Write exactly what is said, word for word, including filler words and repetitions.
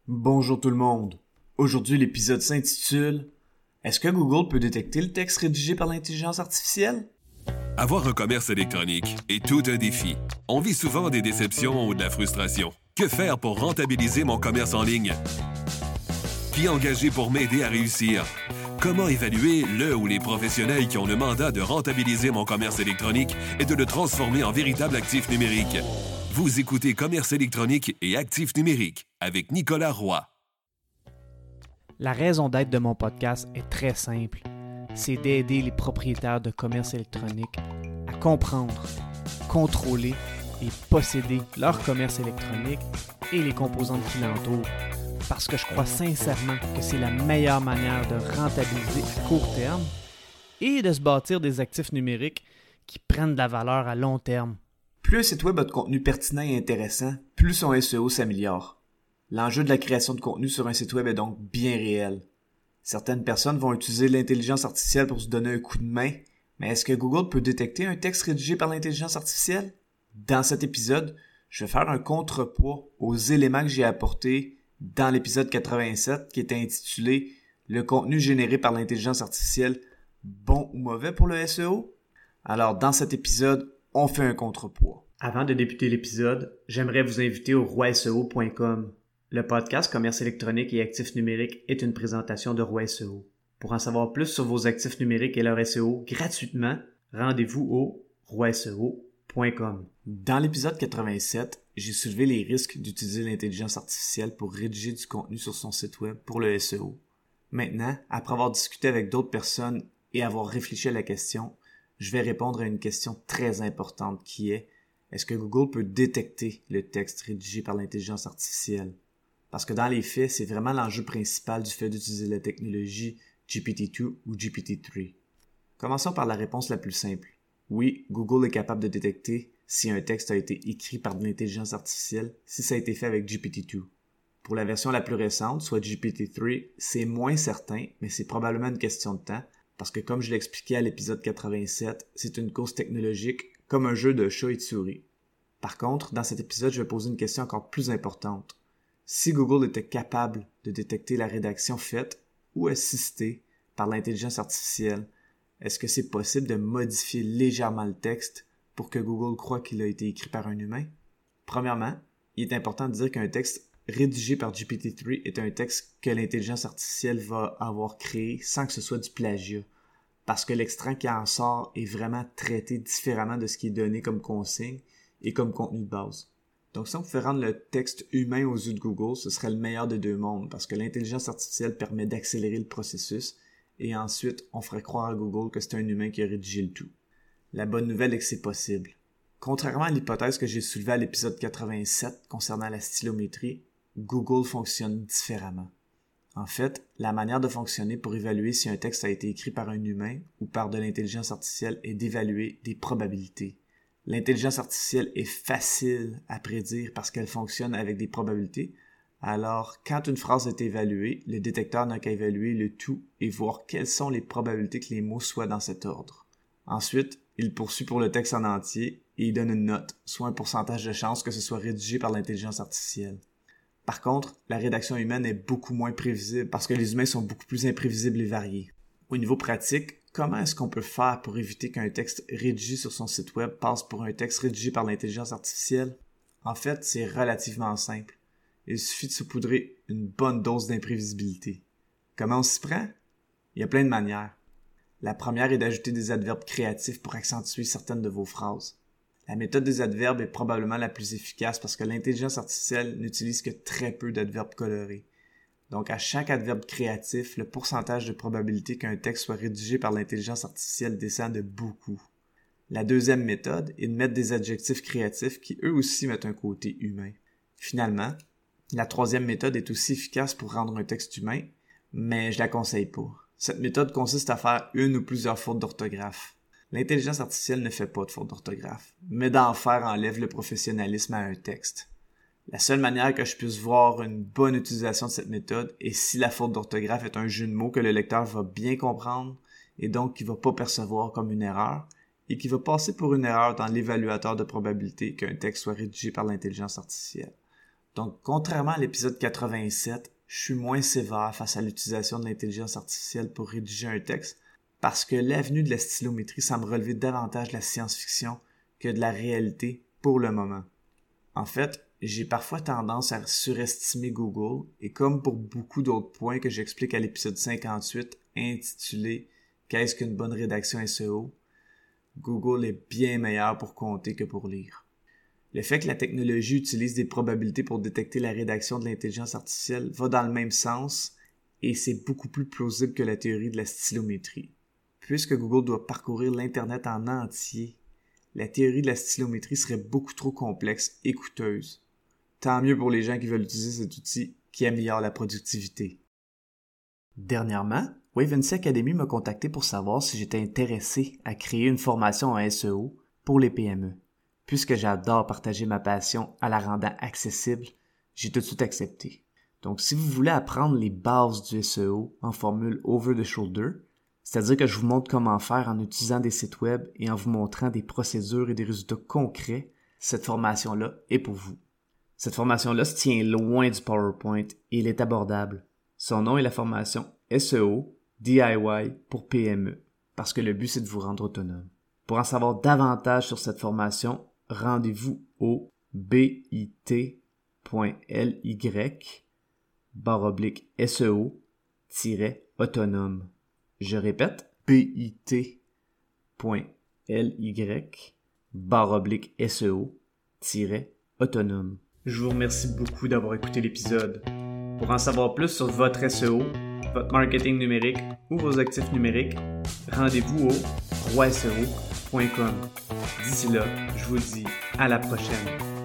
Bonjour tout le monde. Aujourd'hui, l'épisode s'intitule « Est-ce que Google peut détecter le texte rédigé par l'intelligence artificielle? » Avoir un commerce électronique est tout un défi. On vit souvent des déceptions ou de la frustration. Que faire pour rentabiliser mon commerce en ligne? Qui engager pour m'aider à réussir? Comment évaluer le ou les professionnels qui ont le mandat de rentabiliser mon commerce électronique et de le transformer en véritable actif numérique? Vous écoutez Commerce électronique et actif numérique avec Nicolas Roy. La raison d'être de mon podcast est très simple. C'est d'aider les propriétaires de commerce électronique à comprendre, contrôler et posséder leur commerce électronique et les composantes qui l'entourent. Parce que je crois sincèrement que c'est la meilleure manière de rentabiliser à court terme et de se bâtir des actifs numériques qui prennent de la valeur à long terme. Plus un site web a de contenu pertinent et intéressant, plus son S E O s'améliore. L'enjeu de la création de contenu sur un site web est donc bien réel. Certaines personnes vont utiliser l'intelligence artificielle pour se donner un coup de main, mais est-ce que Google peut détecter un texte rédigé par l'intelligence artificielle? Dans cet épisode, je vais faire un contrepoids aux éléments que j'ai apportés dans l'épisode quatre-vingt-sept qui était intitulé « Le contenu généré par l'intelligence artificielle, bon ou mauvais pour le S E O? » Alors, dans cet épisode, on fait un contrepoids. Avant de débuter l'épisode, j'aimerais vous inviter au roi S E O point com. Le podcast Commerce électronique et actifs numériques est une présentation de Roi S E O. Pour en savoir plus sur vos actifs numériques et leur S E O gratuitement, rendez-vous au roi S E O point com. Dans l'épisode quatre-vingt-sept, j'ai soulevé les risques d'utiliser l'intelligence artificielle pour rédiger du contenu sur son site web pour le S E O. Maintenant, après avoir discuté avec d'autres personnes et avoir réfléchi à la question, je vais répondre à une question très importante qui est « Est-ce que Google peut détecter le texte rédigé par l'intelligence artificielle? » Parce que dans les faits, c'est vraiment l'enjeu principal du fait d'utiliser la technologie G P T deux ou G P T trois. Commençons par la réponse la plus simple. Oui, Google est capable de détecter si un texte a été écrit par de l'intelligence artificielle si ça a été fait avec G P T deux. Pour la version la plus récente, soit G P T trois, c'est moins certain, mais c'est probablement une question de temps, parce que comme je l'expliquais à l'épisode quatre-vingt-sept, c'est une course technologique comme un jeu de chat et de souris. Par contre, dans cet épisode, je vais poser une question encore plus importante. Si Google était capable de détecter la rédaction faite ou assistée par l'intelligence artificielle, est-ce que c'est possible de modifier légèrement le texte pour que Google croie qu'il a été écrit par un humain? Premièrement, il est important de dire qu'un texte rédigé par G P T trois est un texte que l'intelligence artificielle va avoir créé sans que ce soit du plagiat, parce que l'extrait qui en sort est vraiment traité différemment de ce qui est donné comme consigne et comme contenu de base. Donc si on pouvait rendre le texte humain aux yeux de Google, ce serait le meilleur des deux mondes, parce que l'intelligence artificielle permet d'accélérer le processus, et ensuite on ferait croire à Google que c'est un humain qui a rédigé le tout. La bonne nouvelle est que c'est possible. Contrairement à l'hypothèse que j'ai soulevée à l'épisode quatre-vingt-sept concernant la stylométrie, Google fonctionne différemment. En fait, la manière de fonctionner pour évaluer si un texte a été écrit par un humain ou par de l'intelligence artificielle est d'évaluer des probabilités. L'intelligence artificielle est facile à prédire parce qu'elle fonctionne avec des probabilités. Alors, quand une phrase est évaluée, le détecteur n'a qu'à évaluer le tout et voir quelles sont les probabilités que les mots soient dans cet ordre. Ensuite, il poursuit pour le texte en entier et il donne une note, soit un pourcentage de chance que ce soit rédigé par l'intelligence artificielle. Par contre, la rédaction humaine est beaucoup moins prévisible parce que les humains sont beaucoup plus imprévisibles et variés. Au niveau pratique, comment est-ce qu'on peut faire pour éviter qu'un texte rédigé sur son site web passe pour un texte rédigé par l'intelligence artificielle? En fait, c'est relativement simple. Il suffit de saupoudrer une bonne dose d'imprévisibilité. Comment on s'y prend? Il y a plein de manières. La première est d'ajouter des adverbes créatifs pour accentuer certaines de vos phrases. La méthode des adverbes est probablement la plus efficace parce que l'intelligence artificielle n'utilise que très peu d'adverbes colorés. Donc, à chaque adverbe créatif, le pourcentage de probabilité qu'un texte soit rédigé par l'intelligence artificielle descend de beaucoup. La deuxième méthode est de mettre des adjectifs créatifs qui eux aussi mettent un côté humain. Finalement, la troisième méthode est aussi efficace pour rendre un texte humain, mais je la conseille pas. Cette méthode consiste à faire une ou plusieurs fautes d'orthographe. L'intelligence artificielle ne fait pas de fautes d'orthographe, mais d'en faire enlève le professionnalisme à un texte. La seule manière que je puisse voir une bonne utilisation de cette méthode est si la faute d'orthographe est un jeu de mots que le lecteur va bien comprendre et donc qu'il ne va pas percevoir comme une erreur et qui va passer pour une erreur dans l'évaluateur de probabilité qu'un texte soit rédigé par l'intelligence artificielle. Donc, contrairement à l'épisode quatre-vingt-sept, je suis moins sévère face à l'utilisation de l'intelligence artificielle pour rédiger un texte parce que l'avenue de la stylométrie semble relever davantage de la science-fiction que de la réalité pour le moment. En fait, j'ai parfois tendance à surestimer Google et comme pour beaucoup d'autres points que j'explique à l'épisode cinquante-huit intitulé « Qu'est-ce qu'une bonne rédaction S E O ?», Google est bien meilleur pour compter que pour lire. Le fait que la technologie utilise des probabilités pour détecter la rédaction de l'intelligence artificielle va dans le même sens et c'est beaucoup plus plausible que la théorie de la stylométrie. Puisque Google doit parcourir l'Internet en entier, la théorie de la stylométrie serait beaucoup trop complexe et coûteuse. Tant mieux pour les gens qui veulent utiliser cet outil qui améliore la productivité. Dernièrement, Wavency Academy m'a contacté pour savoir si j'étais intéressé à créer une formation en S E O pour les P M E. Puisque j'adore partager ma passion en la rendant accessible, j'ai tout de suite accepté. Donc si vous voulez apprendre les bases du S E O en formule over the shoulder, c'est-à-dire que je vous montre comment faire en utilisant des sites web et en vous montrant des procédures et des résultats concrets, cette formation-là est pour vous. Cette formation-là se tient loin du PowerPoint et elle est abordable. Son nom est la formation S E O D I Y pour P M E, parce que le but c'est de vous rendre autonome. Pour en savoir davantage sur cette formation, rendez-vous au bit.ly barre oblique S E O autonome. Je répète, bit.ly barre oblique S E O autonome. Je vous remercie beaucoup d'avoir écouté l'épisode. Pour en savoir plus sur votre S E O, votre marketing numérique ou vos actifs numériques, rendez-vous au roi S E O point com. D'ici là, je vous dis à la prochaine.